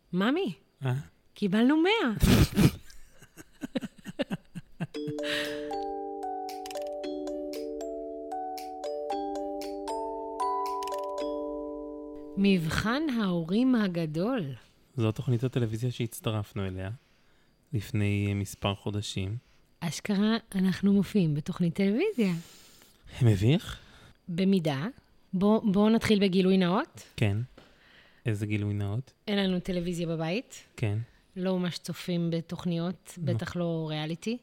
ממי, קיבלנו 100. מבחן ההורים הגדול. זו תוכנית הטלוויזיה שהצטרפנו אליה לפני מספר חודשים. אשכרה אנחנו מופיעים בתוכנית טלוויזיה. מביך? במידה. בואו נתחיל בגילוי נאות. כן. איזה גילוי נאות? אין לנו טלוויזיה בבית. כן. לא ממש צופים בתוכניות, בטח לא ריאליטי.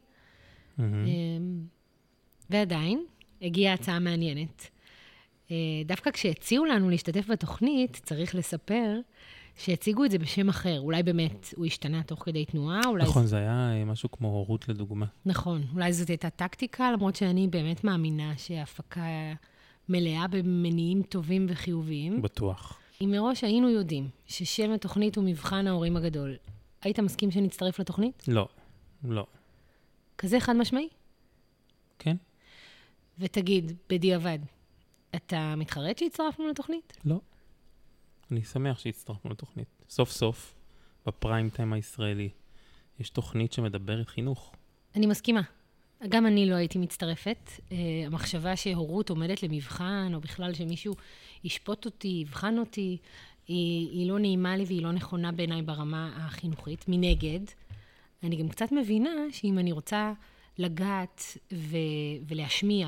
ועדיין, הגיעה הצעה מעניינת. דווקא כשהציעו לנו להשתתף בתוכנית, צריך לספר שהציגו את זה בשם אחר. אולי באמת הוא השתנה תוך כדי תנועה. נכון, זה היה משהו כמו הורות לדוגמה. נכון, אולי זאת הייתה טקטיקה, למרות שאני באמת מאמינה שההפקה מלאה במניעים טובים וחיוביים. בטוח. אם מראש היינו יודעים ששם התוכנית הוא מבחן ההורים הגדול, היית מסכים שנצטרף לתוכנית? לא, לא. כזה חד משמעי? כן. ותגיד, בדיעבד, אתה מתחרט שהצטרפנו לתוכנית? לא. אני שמח שהצטרפנו לתוכנית. סוף סוף, בפריים טיים הישראלי, יש תוכנית שמדברת חינוך. אני מסכימה. גם אני לא הייתי מצטרפת. המחשבה שהורות עומדת למבחן, או בכלל שמישהו ישפוט אותי, יבחן אותי, היא לא נעימה לי והיא לא נכונה בעיניי ברמה החינוכית. מנגד, אני גם קצת מבינה שאם אני רוצה לגעת ולהשמיע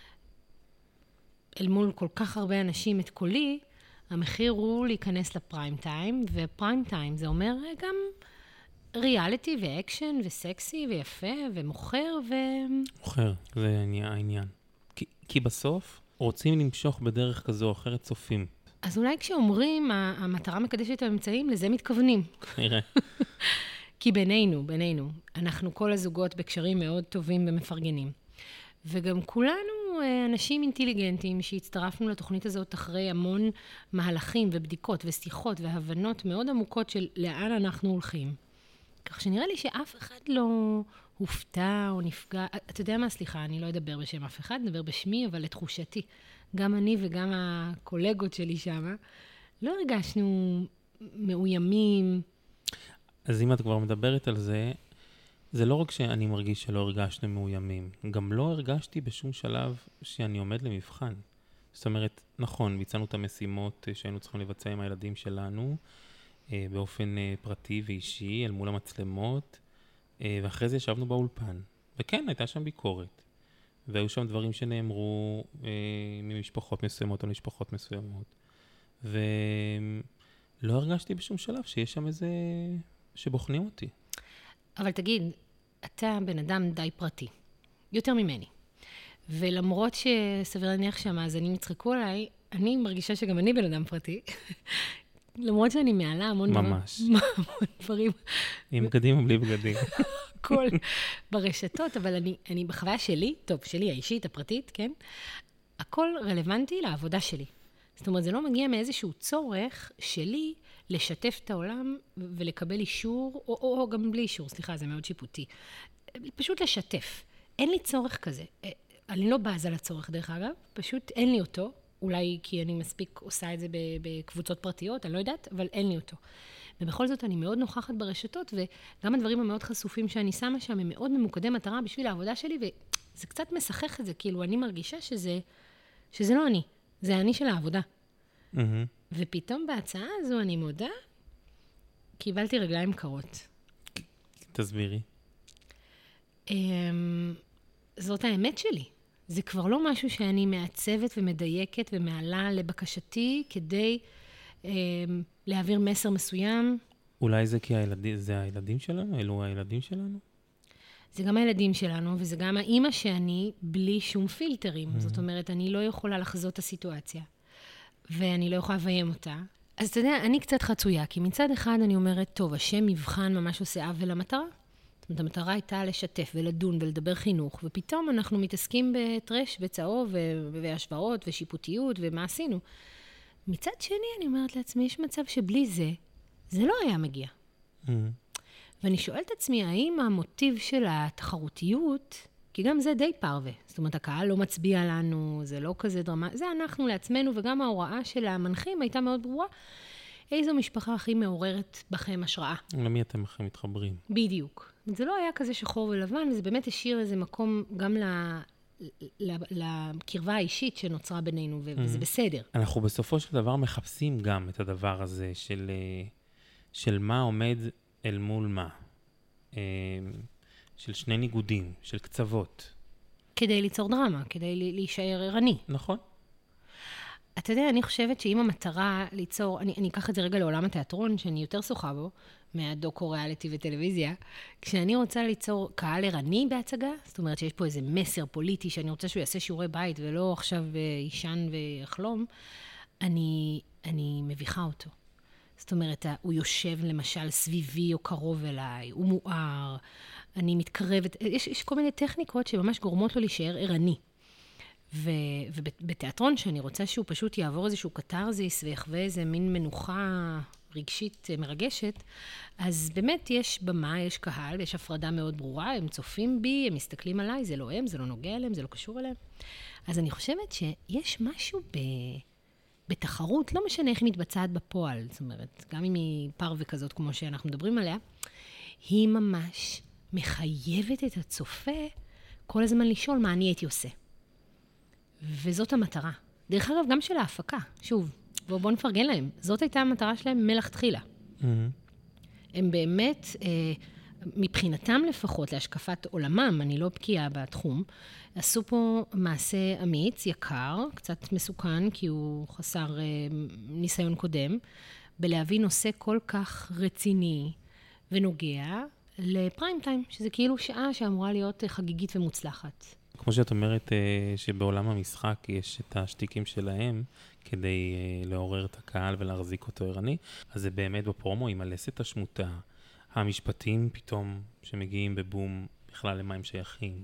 אל מול כל כך הרבה אנשים את קולי, המחיר הוא להיכנס לפריים טיים, ופריים טיים זה אומר גם ריאליטי ואקשן וסקסי ויפה ומוכר מוכר, זה העניין. כי בסוף רוצים למשוך בדרך כזו או אחרת צופים. אז אולי כשאומרים המטרה מקדשת את האמצעים, לזה מתכוונים. נראה. כי בינינו, אנחנו כל הזוגות בקשרים מאוד טובים ומפרגנים. וגם כולנו אנשים אינטליגנטים שהצטרפנו לתוכנית הזאת אחרי המון מהלכים ובדיקות ושיחות והבנות מאוד עמוקות של לאן אנחנו הולכים. כך שנראה לי שאף אחד לא הופתע או נפגע. אתה יודע מה? סליחה, אני לא אדבר בשם אף אחד, נדבר בשמי, אבל לתחושתי. גם אני וגם הקולגות שלי שם, לא הרגשנו מאוימים. אז אם את כבר מדברת על זה, זה לא רק שאני מרגיש שלא הרגשנו מאוימים, גם לא הרגשתי בשום שלב שאני עומד למבחן. זאת אומרת, נכון, ביצענו את המשימות שהיינו צריכים לבצע עם הילדים שלנו, באופן פרטי ואישי, אל מול המצלמות, ואחרי זה ישבנו באולפן. וכן, הייתה שם ביקורת. והיו שם דברים שנאמרו ממשפחות מסוימות או משפחות מסוימות. ולא הרגשתי בשום שלב שיש שם איזה שבוחנים אותי. אבל תגיד, אתה בן אדם די פרטי, יותר ממני. ולמרות שסביר להניח שהמאזינים יצחקו עליי, אני מרגישה שגם אני בן אדם פרטי. למרות שאני מעלה המון ממש. דברים. עם בגדים או בלי בגדים. הכל ברשתות, אבל אני בחוויה שלי, טוב, שלי האישית, הפרטית, כן? הכל רלוונטי לעבודה שלי. זאת אומרת, זה לא מגיע מאיזשהו צורך שלי לשתף את העולם ולקבל אישור, או גם בלי אישור, סליחה, זה מאוד שיפוטי. פשוט לשתף. אין לי צורך כזה. אני לא בזה לצורך, דרך אגב, פשוט אין לי אותו. אולי כי אני מספיק עושה את זה בקבוצות פרטיות, אני לא יודעת, אבל אין לי אותו. ובכל זאת אני מאוד נוכחת ברשתות, וגם הדברים המאוד חשופים שאני שמה שם, הם מאוד ממוקדי מטרה בשביל העבודה שלי, וזה קצת משחך את זה, כאילו אני מרגישה שזה לא אני, זה אני של העבודה. ופתאום בהצעה הזו, אני מודה, קיבלתי רגליים קרות. תסבירי. זאת האמת שלי. זה כבר לא משהו שאני מעצבת ומדייקת ומעלה לבקשתי כדי להעביר מסר מסוים. אולי זה כי זה הילדים שלנו? אלו הילדים שלנו? זה גם הילדים שלנו, וזה גם האמא שאני בלי שום פילטרים. זאת אומרת, אני לא יכולה לחזות את הסיטואציה, ואני לא יכולה לביים אותה. אז אתה יודע, אני קצת חצויה, כי מצד אחד אני אומרת, טוב, השם מבחן ממש עושה עוול למטרה. זאת אומרת, המטרה הייתה לשתף ולדון ולדבר חינוך, ופתאום אנחנו מתעסקים בטרש וצהוב והשוואות ושיפוטיות ומה עשינו. מצד שני, אני אומרת לעצמי, יש מצב שבלי זה, זה לא היה מגיע. ואני שואלת עצמי, האם המוטיב של התחרותיות, כי גם זה די פרווה, זאת אומרת, הקהל לא מצביע לנו, זה לא כזה דרמה, זה אנחנו לעצמנו, וגם ההוראה של המנחים הייתה מאוד ברורה, איזו משפחה הכי מעוררת בכם השראה. למי אתם הכי מתחברים? בדיוק. זה לא היה כזה שחור ולבן, וזה באמת השאיר איזה מקום גם לקרבה האישית שנוצרה בינינו, וזה בסדר. אנחנו בסופו של דבר מחפשים גם את הדבר הזה של מה עומד אל מול מה. של שני ניגודים, של קצוות. כדי ליצור דרמה, כדי להישאר ערני. נכון. אתה יודע, אני חושבת שאם המטרה ליצור, אני אקח את זה רגע לעולם התיאטרון, שאני יותר שוחה בו, מהדוקו ריאליטי וטלוויזיה, כשאני רוצה ליצור קהל ערני בהצגה, זאת אומרת שיש פה איזה מסר פוליטי, שאני רוצה שהוא יעשה שיעורי בית, ולא עכשיו יישן ויחלום, אני מביכה אותו. זאת אומרת, הוא יושב למשל סביבי או קרוב אליי, הוא מואר, אני מתקרבת, יש כל מיני טכניקות שממש גורמות לו להישאר ערני. ובתיאטרון שאני רוצה שהוא פשוט יעבור איזשהו קטרזיס ויחווה איזה מין מנוחה רגשית מרגשת, אז באמת יש במה, יש קהל, יש הפרדה מאוד ברורה, הם צופים בי, הם מסתכלים עליי, זה לא הם, זה לא נוגע אליהם, זה לא קשור אליהם. אז אני חושבת שיש משהו בתחרות, לא משנה איך היא מתבצעת בפועל, זאת אומרת, גם אם היא פרווה כזאת כמו שאנחנו מדברים עליה, היא ממש מחייבת את הצופה כל הזמן לשאול מה אני הייתי עושה. וזאת המטרה. דרך אגב, גם של ההפקה. שוב, בואו נפרגן להם. זאת הייתה המטרה שלהם מלכתחילה. הם באמת, מבחינתם לפחות, להשקפת עולמם, אני לא בקיאה בתחום, עשו פה מעשה אמיץ, יקר, קצת מסוכן, כי הוא חסר ניסיון קודם, בלהביא נושא כל כך רציני ונוגע לפריים טיים, שזה כאילו שעה שאמורה להיות חגיגית ומוצלחת. כמו שאת אומרת שבעולם המשחק יש את השתיקים שלהם כדי לעורר את הקהל ולהחזיק אותו ערני, אז זה באמת בפרומו עם הלסת השמוטה, המשפטים פתאום שמגיעים בבום בכלל למה הם שייכים,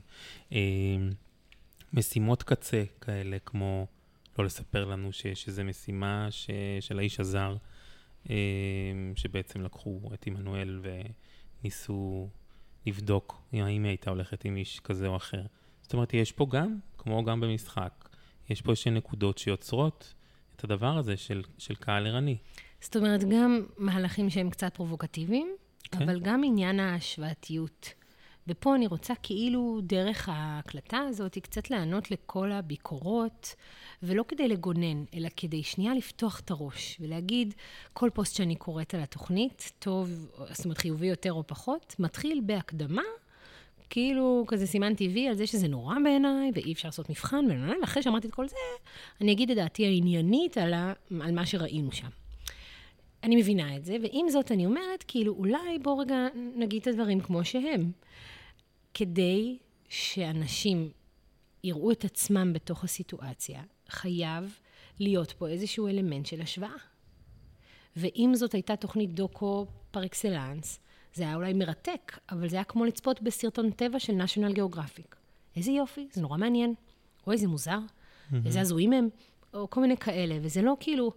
משימות קצה כאלה כמו לא לספר לנו שיש איזו משימה של האיש הזר, שבעצם לקחו את עמנואל וניסו לבדוק האם היא הייתה הולכת עם איש כזה או אחר. זאת אומרת, יש פה גם, כמו גם במשחק, יש פה איזושהי נקודות שיוצרות את הדבר הזה של קהל ערני. זאת אומרת, גם מהלכים שהם קצת פרובוקטיביים, כן. אבל גם עניין ההשוואתיות. ופה אני רוצה כאילו דרך ההקלטה הזאת קצת לענות לכל הביקורות, ולא כדי לגונן, אלא כדי שנייה לפתוח את הראש, ולהגיד, כל פוסט שאני קוראת על התוכנית, טוב, זאת אומרת, חיובי יותר או פחות, מתחיל בהקדמה, כאילו כזה סימן טבעי על זה שזה נורא בעיניי, ואי אפשר לעשות מבחן, ואחרי שאמרתי את כל זה, אני אגיד את דעתי העניינית על מה שראינו שם. אני מבינה את זה, ועם זאת אני אומרת, כאילו אולי בוא רגע נגיד את הדברים כמו שהם, כדי שאנשים יראו את עצמם בתוך הסיטואציה, חייב להיות פה איזשהו אלמנט של השוואה. ואם זאת הייתה תוכנית דוקו פר אקסלנס, זה היה אולי מרתק, אבל זה היה כמו לצפות בסרטון טבע של National Geographic. איזה יופי, זה נורא מעניין. או איזה מוזר, איזה הזויים הם, או כל מיני כאלה. וזה לא כאילו,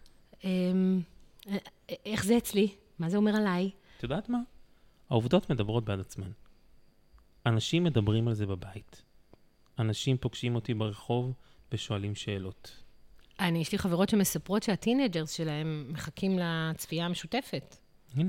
איך זה אצלי? מה זה אומר עליי? את יודעת מה? העובדות מדברות בעד עצמן. אנשים מדברים על זה בבית. אנשים פוגשים אותי ברחוב ושואלים שאלות. יש לי חברות שמספרות שהטינג'רס שלהם מחכים לצפייה המשותפת. הנה,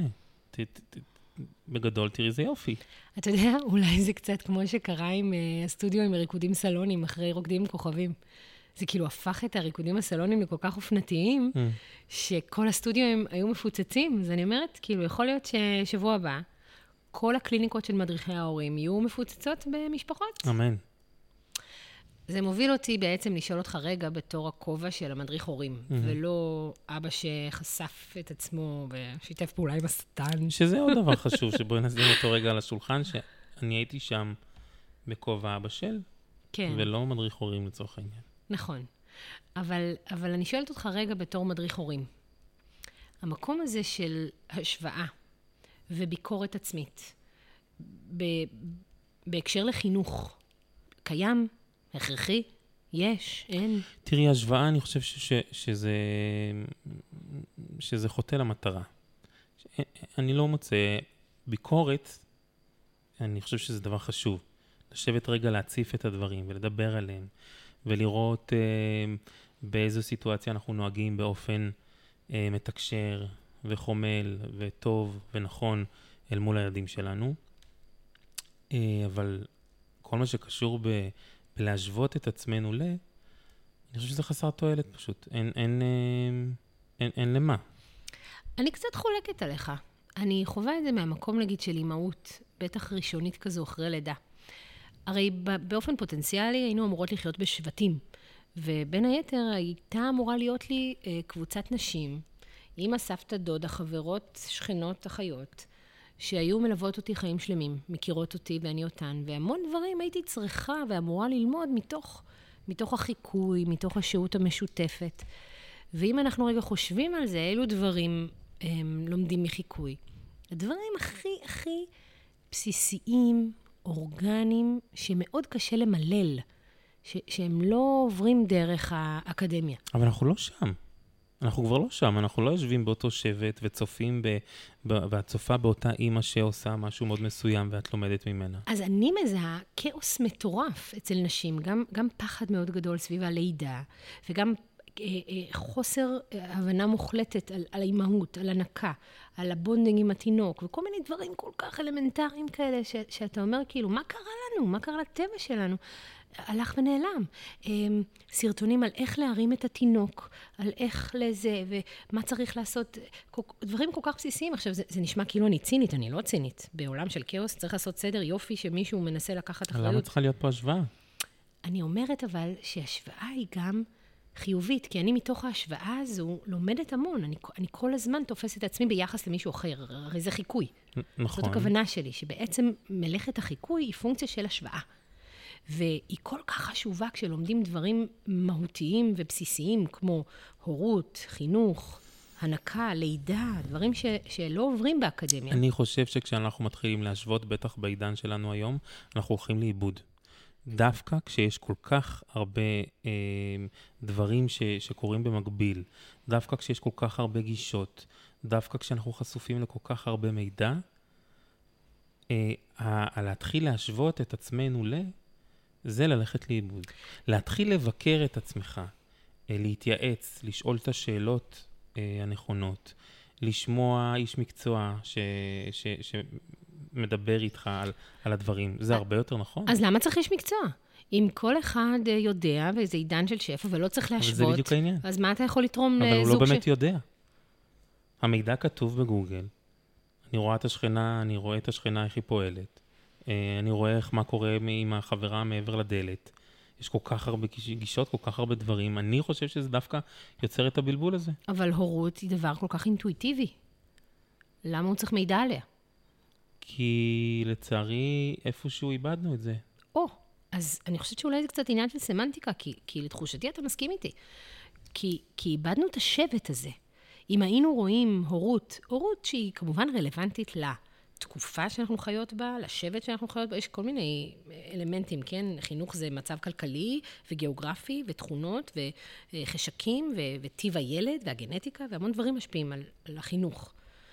בגדול תראי זה יופי. אתה יודע, אולי זה קצת כמו שקרה עם הסטודיו עם ריקודים סלונים אחרי רוקדים עם כוכבים. זה כאילו הפך את הריקודים הסלונים לכל כך אופנתיים, שכל הסטודיו הם היו מפוצצים. אז אני אומרת, כאילו, יכול להיות ששבוע הבא, כל הקליניקות של מדריכי ההורים יהיו מפוצצות במשפחות. אמן. זה מוביל אותי בעצם לשאול אותך רגע בתור הכובע של המדריך הורים, ולא אבא שחשף את עצמו ושיתף פעולה עם השטן. שזה עוד דבר חשוב, שבואי נשים אותו רגע על השולחן, שאני הייתי שם בכובע אבא של, כן. ולא מדריך הורים לצורך העניין. נכון. אבל אני שואלת אותך רגע בתור מדריך הורים. המקום הזה של השוואה וביקורת עצמית, בהקשר לחינוך, קיים? הכרחי? יש? אין? תראי, השוואה, אני חושב שזה חוטא למטרה. אני לא מוצא ביקורת, אני חושב שזה דבר חשוב. לשבת רגע להציף את הדברים ולדבר עליהם, ולראות באיזו סיטואציה אנחנו נוהגים באופן מתקשר וחומל וטוב ונכון אל מול הילדים שלנו. אבל כל מה שקשור בלהשוות את עצמנו אני חושב שזה חסר תועלת פשוט. אין למה. אני קצת חולקת עליך. אני חווה את זה מהמקום, נגיד, של אימהות, בטח ראשונית כזו אחרי לידה. הרי באופן פוטנציאלי היינו אמורות לחיות בשבטים, ובין היתר הייתה אמורה להיות לי קבוצת נשים, אמא, סבתא, דודה, חברות, שכנות, אחיות, שהיו מלוות אותי חיים שלמים, מכירות אותי ואני אותן, והמון דברים הייתי צריכה ואמורה ללמוד מתוך החיקוי, מתוך השהות המשותפת. ואם אנחנו רגע חושבים על זה, אילו דברים לומדים מחיקוי. הדברים הכי בסיסיים, אורגניים, שמאוד קשה למלל, שהם לא עוברים דרך האקדמיה. אבל אנחנו לא שם. אנחנו כבר לא שם. אנחנו לא יושבים באותו שבט וצופים והצופה באותה אימא שעושה משהו מאוד מסוים ואת לומדת ממנה. אז אני מזהה כאוס מטורף אצל נשים, גם פחד מאוד גדול סביב הלידה, וגם חוסר הבנה מוחלטת על האימהות, על הנקה, על הבונדינג עם התינוק, וכל מיני דברים כל כך אלמנטריים כאלה, שאתה אומר כאילו, מה קרה לנו? מה קרה לטבע שלנו? הלך ונעלם. סרטונים על איך להרים את התינוק, על איך לזה, ומה צריך לעשות, דברים כל כך בסיסיים. עכשיו, זה נשמע כאילו אני צינית, אני לא צינית. בעולם של כאוס צריך לעשות סדר, יופי שמישהו מנסה לקחת אחריות. למה צריכה להיות פה השוואה? אני אומרת אבל שהשוואה היא גם חיובית, כי אני מתוך ההשוואה הזו לומדת המון. אני כל הזמן תופסת את עצמי ביחס למישהו אחר, הרי זה חיקוי. נכון. זאת הכוונה שלי, שבעצם מלאכת החיקוי היא פונקציה של השוואה. והיא כל כך חשובה כשלומדים דברים מהותיים ובסיסיים, כמו הורות, חינוך, הנקה, לידה, דברים שלא עוברים באקדמיה. אני חושב שכשאנחנו מתחילים להשוות, בטח בעידן שלנו היום, אנחנו הולכים לאיבוד. דווקא כשיש כל כך הרבה דברים שקורים במקביל, דווקא כשיש כל כך הרבה גישות, דווקא כשאנחנו חשופים לכל כך הרבה מידע, להתחיל להשוות את עצמנו זה ללכת לאיבוד. להתחיל לבקר את עצמך, להתייעץ, לשאול את השאלות הנכונות, לשמוע איש מקצוע שמדבר איתך על הדברים. זה הרבה יותר נכון. אז למה צריך איש מקצוע? אם כל אחד יודע, וזה עידן של שפע, ולא צריך להשוות, אבל זה בדיוק העניין. אז מה אתה יכול לתרום לזוג אבל הוא לא באמת יודע. המידע כתוב בגוגל. אני רואה את השכנה איך היא פועלת. אני רואה מה קורה עם החברה מעבר לדלת. יש כל כך הרבה גישות, כל כך הרבה דברים. אני חושב שזה דווקא יוצר את הבלבול הזה. אבל הורות היא דבר כל כך אינטואיטיבי. למה הוא צריך מידע עליה? כי לצערי איפשהו איבדנו את זה. אז אני חושבת שאולי זה קצת עניין של סמנטיקה, כי לתחושתי אתה מסכים איתי. כי איבדנו את השבט הזה. אם היינו רואים הורות שהיא כמובן רלוונטית לתקופה שאנחנו חיות בה, לשבט שאנחנו חיות בה, יש כל מיני אלמנטים, כן? חינוך זה מצב כלכלי וגיאוגרפי ותכונות וחשקים וטיב הילד והגנטיקה, והמון דברים משפיעים על החינוך.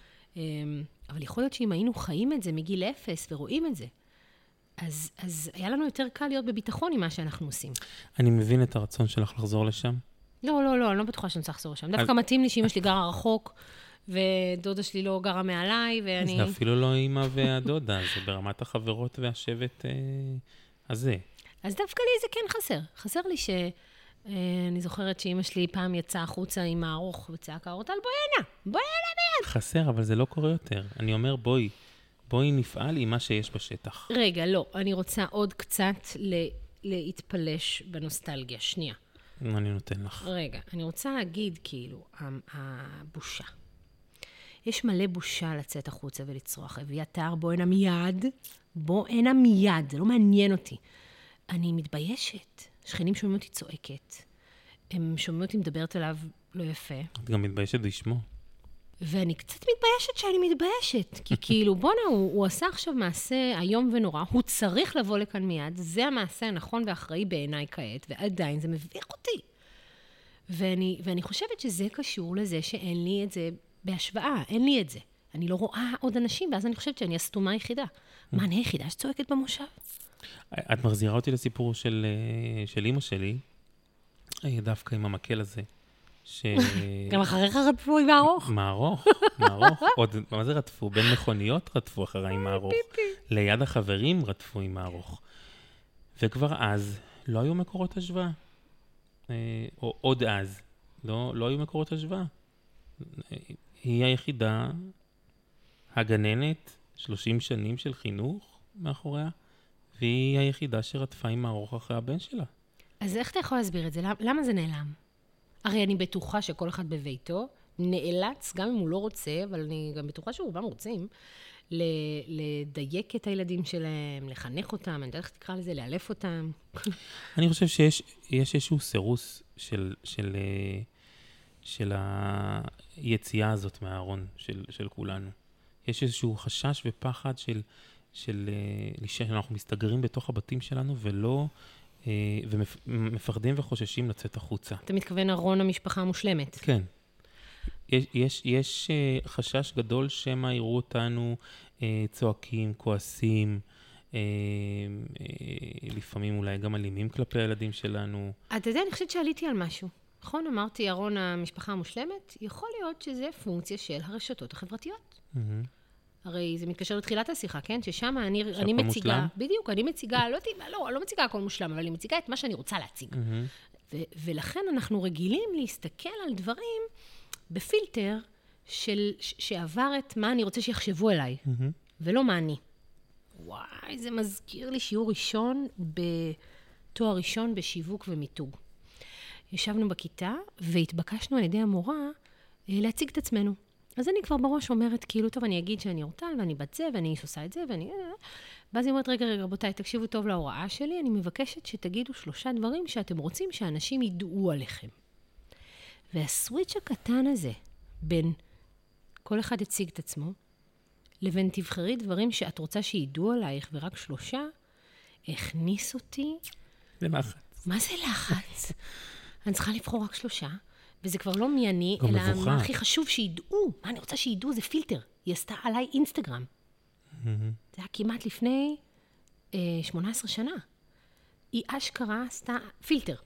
אבל יכול להיות שאם היינו חיים את זה מגיל 0 ורואים את זה, אז היה לנו יותר קל להיות בביטחון עם מה שאנחנו עושים. אני מבין את הרצון שלך לחזור לשם. לא, אני לא בטוחה שאני צריך לחזור לשם. דווקא מתאים לי שאמא שלי גרה רחוק, ודודה שלי לא גרה מעליי, ואני... זה אפילו לא אמא והדודה, זה ברמת החברות והשבט הזה. אז דווקא לי זה כן חסר. חסר לי אני זוכרת שאמא שלי פעם יצאה החוצה עם הארוך, וצעקה אורטל, בואי הנה ביד. חסר, אבל זה לא קורה יותר. אני אומר, בואי נפעל עם מה שיש בשטח. רגע, לא. אני רוצה עוד קצת להתפלש בנוסטלגיה. שנייה. אני נותן לך. רגע, אני רוצה להגיד, כאילו, הבושה. יש מלא בושה לצאת החוצה ולצרוח. אביתר, בוא הנה מיד. זה לא מעניין אותי. אני מתביישת. שכנים שומעים אותי צועקת. הם שומעים אותי מדברת עליו לא יפה. את גם מתביישת לשמוע. ואני קצת מתביישת שאני מתביישת. כי כאילו, בונה, הוא עשה עכשיו מעשה איום ונורא. הוא צריך לבוא לכאן מיד. זה המעשה הנכון ואחראי בעיניי כעת. ועדיין זה מביך אותי. ואני חושבת שזה קשור לזה שאין לי את זה בהשוואה. אין לי את זה. אני לא רואה עוד אנשים, ואז אני חושבת שאני הסתומה היחידה. מה, אני היחידה שצועקת במושב? את מחזירה אותי לסיפור של אמא שלי, דווקא עם המקל הזה. גם אחריך רדפו עם הארוך? מערוך. עוד, מה זה רדפו? בין מכוניות רדפו אחריי עם הארוך. ליד החברים רדפו עם הארוך. וכבר אז לא היו מקורות השוואה. או עוד אז. לא היו מקורות השוואה. היא היחידה, הגננת, 30 שנים של חינוך מאחוריה, והיא היחידה שרדפה עם הארוך אחרי הבן שלה. אז איך אתה יכול להסביר את זה? למה זה נעלם? הרי אני בטוחה שכל אחד בביתו נאלץ, גם אם הוא לא רוצה, אבל אני גם בטוחה שרובם רוצים, לדייק את הילדים שלהם, לחנך אותם, אני יודעת איך תקרא לזה, לאלף אותם. אני חושב שיש איזשהו סירוס של היציאה הזאת מהארון של כולנו. יש איזשהו חשש ופחד שאנחנו מסתגרים בתוך הבתים שלנו ומפחדים וחוששים לצאת החוצה. אתה מתכוון ארון המשפחה המושלמת. כן. יש חשש גדול שמה יראו אותנו צועקים, כועסים, לפעמים אולי גם אלימים כלפי הילדים שלנו. אתה יודע, אני חושבת שעליתי על משהו. נכון, אמרתי ארון המשפחה המושלמת, יכול להיות שזה פונקציה של הרשתות החברתיות. הרי זה מתקשר לתחילת השיחה, כן? ששם אני מציגה, בדיוק, אני מציגה, לא מציגה הכל מושלם, אבל אני מציגה את מה שאני רוצה להציג. ולכן אנחנו רגילים להסתכל על דברים בפילטר שעבר את מה אני רוצה שיחשבו אליי, ולא מה אני. וואי, זה מזכיר לי שיעור ראשון בתואר ראשון בשיווק ומיתוג. ישבנו בכיתה והתבקשנו על ידי המורה להציג את עצמנו. אז אני כבר בראש אומרת, כאילו, טוב, אני אגיד שאני אורטל, ואני בת זה, ואני עושה את זה, ואז היא אומרת, רגע, רבותיי, תקשיבו טוב להוראה שלי, אני מבקשת שתגידו 3 דברים שאתם רוצים שאנשים ידעו עליכם. והסוויץ' הקטן הזה, בין כל אחד הציג את עצמו, לבין תבחרי דברים שאת רוצה שידעו עלייך, ורק 3, הכניס אותי. זה לחץ. מה זה לחץ? אני צריכה לבחור רק 3, וזה כבר לא מי אני, אלא מה הכי חשוב שידעו. מה אני רוצה שידעו? זה פילטר. היא עשתה עליי אינסטגרם. זה היה כמעט לפני 18 שנה. היא אשכרה עשתה פילטר.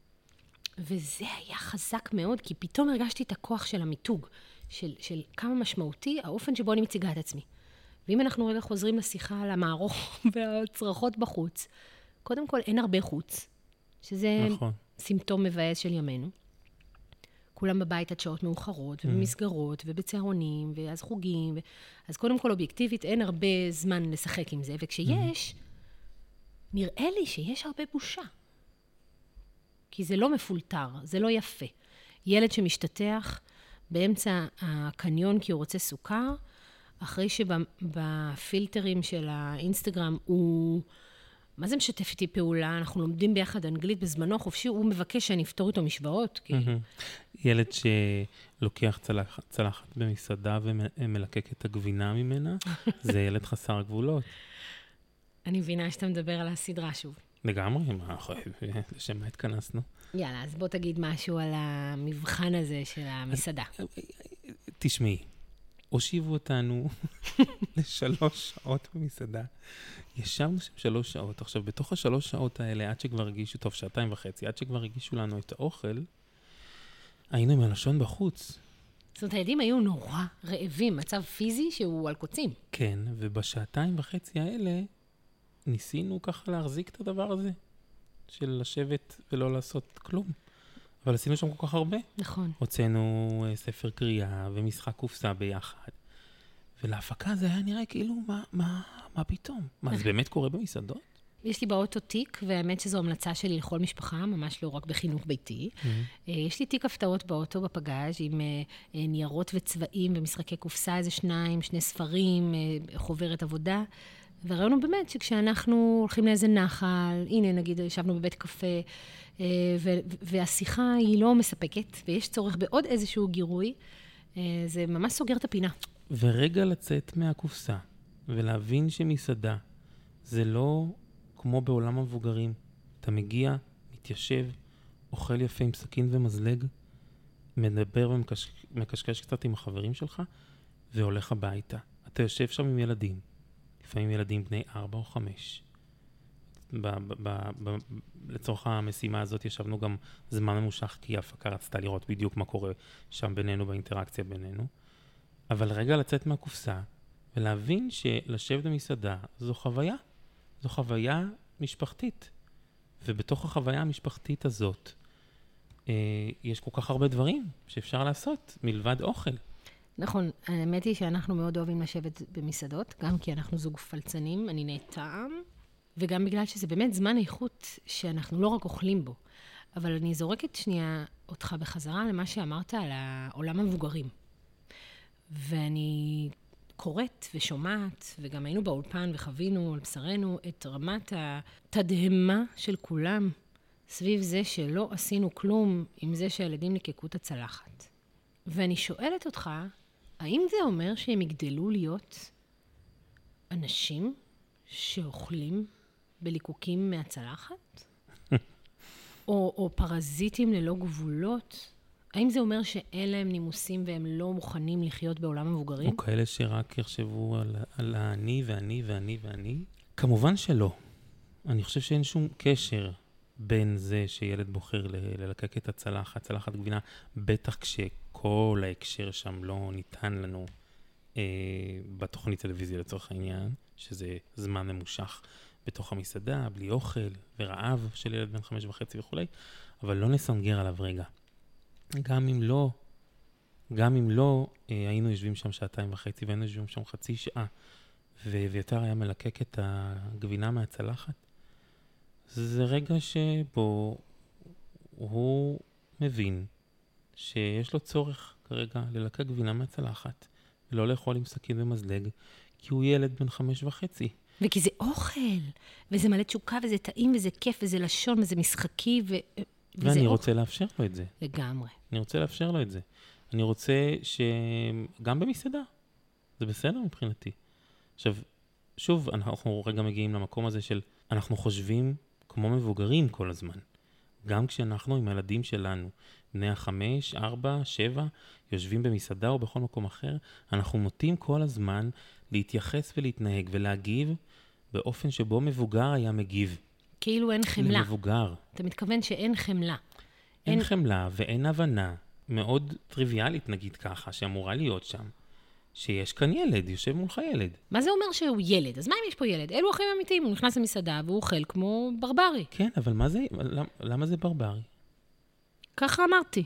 וזה היה חזק מאוד, כי פתאום הרגשתי את הכוח של המיתוג, של כמה משמעותי האופן שבו אני מציגה את עצמי. ואם אנחנו רגע חוזרים לשיחה על המערוך והצרחות בחוץ, קודם כל אין הרבה חוץ, שזה נכון. סימפטום מבאס של ימינו. כולם בבית עד שעות מאוחרות, ובמסגרות, ובצהרונים, ואז חוגים. אז קודם כל, אובייקטיבית, אין הרבה זמן לשחק עם זה, וכשיש, נראה לי שיש הרבה בושה. כי זה לא מפולטר, זה לא יפה. ילד שמשתתח באמצע הקניון כי הוא רוצה סוכר, אחרי שבפילטרים של האינסטגרם הוא... מה זה משתף איתי פעולה? אנחנו לומדים ביחד אנגלית בזמנו חופשי, הוא מבקש שאני אפתור איתו משוואות. ילד שלוקח צלחת במסעדה ומלקק את הגבינה ממנה, זה ילד חסר גבולות. אני מבינה שאתה מדבר על הסדרה שוב. לגמרי, לשם מה התכנסנו? יאללה, אז בוא תגיד משהו על המבחן הזה של המסעדה. תשמעי, הושיבו אותנו ל3 שעות במסעדה. ישבנו שם 3 שעות. עכשיו, בתוך ה3 שעות האלה, עד שכבר הרגישו, טוב, 2.5, עד שכבר הרגישו לנו את האוכל, היינו עם הלשון בחוץ. זאת אומרת, הילדים היו נורא רעבים, מצב פיזי שהוא על קוצים. כן, וב2.5 האלה, ניסינו ככה להחזיק את הדבר הזה, של לשבת ולא לעשות כלום. אבל עשינו שם כל כך הרבה. נכון. הוצאנו ספר קריאה ומשחק קופסה ביחד. ולהפקה זה היה נראה כאילו, מה פתאום? מה, זה באמת קורה במסעדות? יש לי באוטו תיק, והאמת שזו המלצה שלי לכל משפחה, ממש לא רק בחינוך ביתי. יש לי תיק הפתעות באוטו בפגאז' עם ניירות וצבעים ומשחקי קופסה, איזה 2 ספרים, חוברת עבודה. והרעיון הוא באמת שכשאנחנו הולכים לאיזה נחל, הנה נגיד ישבנו בבית קפה, והשיחה היא לא מספקת, ויש צורך בעוד איזשהו גירוי, זה ממש סוגר את הפינה. ורגע לצאת מהקופסה, ולהבין שמסעדה, זה לא כמו בעולם המבוגרים. אתה מגיע, מתיישב, אוכל יפה עם סכין ומזלג, מדבר ומקשקש קצת עם החברים שלך, והולך הביתה. אתה יושב שם עם ילדים, לפעמים ילדים בני 4 או 5. לצורך המשימה הזאת ישבנו גם זמן ממושך, כי ההפקה רצתה לראות בדיוק מה קורה שם בינינו, באינטראקציה בינינו. אבל רגע לצאת מהקופסה, ולהבין שלשבת במסעדה זו חוויה משפחתית. ובתוך החוויה המשפחתית הזאת, יש כל כך הרבה דברים שאפשר לעשות מלבד אוכל. נכון, האמת היא שאנחנו מאוד אוהבים לשבת במסעדות, גם כי אנחנו זוג פלצנים, אני נהטעם, וגם בגלל שזה באמת זמן איכות שאנחנו לא רק אוכלים בו. אבל אני זורקת שנייה אותך בחזרה למה שאמרת על העולם המבוגרים. ואני קוראת ושומעת, וגם היינו באולפן וחווינו על בשרנו את רמת התדהמה של כולם, סביב זה שלא עשינו כלום עם זה שהילדים ניקקו את הצלחת. ואני שואלת אותך, האם זה אומר שהם יגדלו להיות אנשים שאוכלים בליקוקים מהצלחת? או פרזיטים ללא גבולות? האם זה אומר שאין להם נימוסים והם לא מוכנים לחיות בעולם המבוגרים? או כאלה שרק יחשבו על אני ואני ואני ואני? כמובן שלא. אני חושב שאין שום קשר בין זה שילד בוחר ללקק את צלחת גבינה, בטח כשכל ההקשר שם לא ניתן לנו בתוכנית טלוויזיה לצורך העניין, שזה זמן ממושך בתוך המסעדה, בלי אוכל ורעב של ילד בן 5.5 וכו', אבל לא נסנגר עליו רגע. גם אם לא היינו יושבים שם 2.5 והיינו יושבים שם חצי שעה, ויותר היה מלקק את הגבינה מהצלחת, זה רגע שבו הוא מבין שיש לו צורך כרגע ללקק גבינה מהצלחת, ולא לאכול עם סכין ומזלג, כי הוא ילד בן 5.5. וכי זה אוכל, וזה מלא תשוקה, וזה טעים, וזה כיף, וזה לשון, וזה משחקי, ואני רוצה לאפשר לו את זה. לגמרי. אני רוצה לאפשר לו את זה. אני רוצה שגם במסעדה, זה בסדר מבחינתי. עכשיו, שוב, אנחנו רגע מגיעים למקום הזה של, אנחנו חושבים כמו מבוגרים כל הזמן. גם כשאנחנו עם הילדים שלנו, בני 5, 4, 7, יושבים במסעדה או בכל מקום אחר, אנחנו נוטים כל הזמן להתייחס ולהתנהג ולהגיב באופן שבו מבוגר היה מגיב. כאילו אין חמלה. למבוגר. אתה מתכוון שאין חמלה. אין חמלה ואין הבנה מאוד טריוויאלית, נגיד ככה, שאמורה להיות שם. שיש כאן ילד, יושב מולך ילד. מה זה אומר שהוא ילד? אז מה אם יש פה ילד? אלו אחים אמיתיים, הוא נכנס למסעדה והוא אוכל כמו ברברי. כן, אבל למה זה ברברי? ככה אמרתי.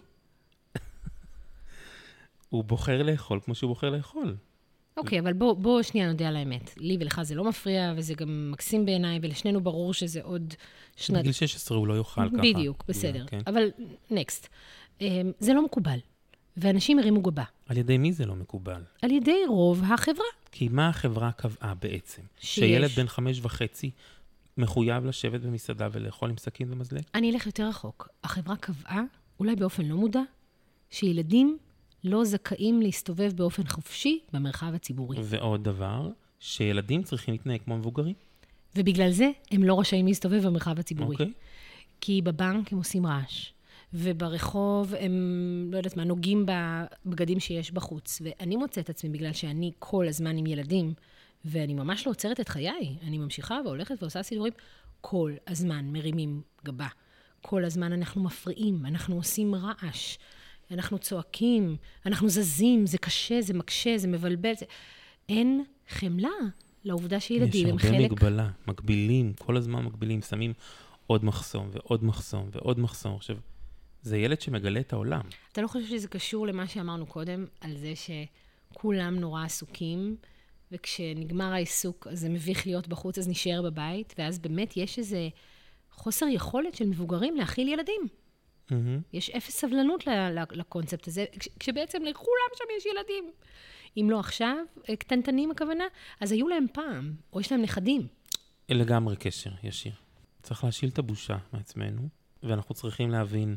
הוא בוחר לאכול כמו שהוא בוחר לאכול. אוקיי, אבל בוא שנייה נודה על האמת. לי ולך זה לא מפריע, וזה גם מקסים בעיניי, ולשנינו ברור שזה עוד שנת... בגיל 16 הוא לא יאכל ככה. בדיוק, בסדר. אבל נקסט. זה לא מקובל, ואנשים הרימו גבה. על ידי מי זה לא מקובל? על ידי רוב החברה. כי מה החברה קבעה בעצם? שילד בן 5.5 מחויב לשבת במסעדה ולאכול עם סכין ומזלג? אני אלך יותר רחוק. החברה קבעה, אולי באופן לא מודע, שילדים לא זכאים להסתובב באופן חופשי במרחב הציבורי. ועוד דבר, שילדים צריכים להתנהג כמו מבוגרים. ובגלל זה הם לא רשאים להסתובב במרחב הציבורי. אוקיי. כי בבנק הם עושים רעש, וברחוב הם, לא יודעת מה, נוגעים בבגדים שיש בחוץ. ואני מוצאת עצמי בגלל שאני כל הזמן עם ילדים, ואני ממש לא עוצרת את חיי. אני ממשיכה והולכת ועושה סידורים. כל הזמן מרימים גבה. כל הזמן אנחנו מפריעים, אנחנו עושים רעש. אנחנו צועקים, אנחנו זזים, זה קשה, זה מקשה, זה מבלבל. אין חמלה לעובדה שילדים הם חלק... יש הרבה מגבלה, מגבילים, כל הזמן מגבילים, שמים עוד מחסום ועוד מחסום ועוד מחסום. עכשיו, זה ילד שמגלה את העולם. אתה לא חושב שזה קשור למה שאמרנו קודם, על זה שכולם נורא עסוקים, וכשנגמר העיסוק, אז זה מביך להיות בחוץ, אז נשאר בבית, ואז באמת יש איזה חוסר יכולת של מבוגרים להכיל ילדים. יש אפס סבלנות לקונספט הזה, כשבעצם לכולם שם יש ילדים. אם לא עכשיו, קטנטנים הכוונה, אז היו להם פעם, או יש להם נכדים. לגמרי קשר, ישיר. צריך להשיל את הבושה מעצמנו, ואנחנו צריכים להבין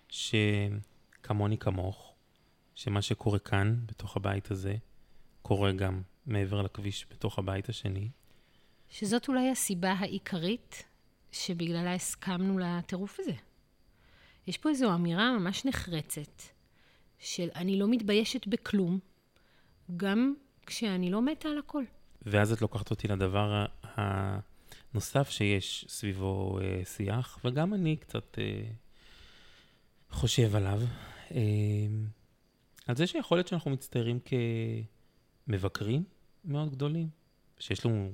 שכמוני כמוך, שמה שקורה כאן, בתוך הבית הזה, קורה גם מעבר לכביש, בתוך הבית השני. שזאת אולי הסיבה העיקרית, שבגללה הסכמנו לטירוף הזה. יש פה איזו אמירה ממש נחרצת, של אני לא מתביישת בכלום, גם כשאני לא מתה על הכל. ואז את לוקחת אותי לדבר נוסף שיש סביבו שיח, וגם אני קצת חושב עליו. על זה שיכול להיות שאנחנו מצטיירים כמבקרים מאוד גדולים, שיש לנו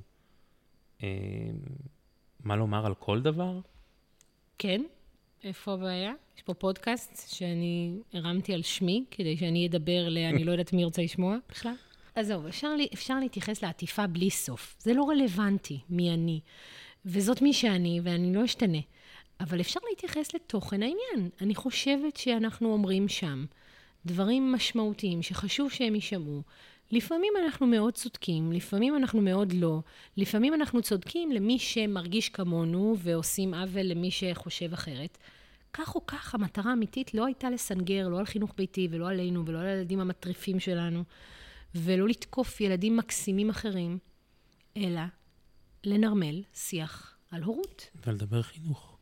מה לומר על כל דבר. כן, איפה הבעיה? יש פה פודקאסט שאני הרמתי על שמי, כדי שאני אדבר אני לא יודעת מי רוצה לשמוע בכלל. אז זהו, אפשר להתייחס לעטיפה בלי סוף. זה לא רלוונטי מי אני, וזאת מי שאני, ואני לא אשתנה. אבל אפשר להתייחס לתוכן העניין. אני חושבת שאנחנו אומרים שם דברים משמעותיים שחשוב שהם יישמעו. לפעמים אנחנו מאוד צודקים, לפעמים אנחנו מאוד לא. לפעמים אנחנו צודקים למי שמרגיש כמונו ועושים עוול למי שחושב אחרת. כך או כך, המטרה האמיתית לא הייתה לסנגר, לא על חינוך ביתי ולא עלינו ולא על הילדים המטריפים שלנו, ולא לתקוף ילדים מקסימים אחרים, אלא לנרמל שיח על הורות. ולדבר חינוך.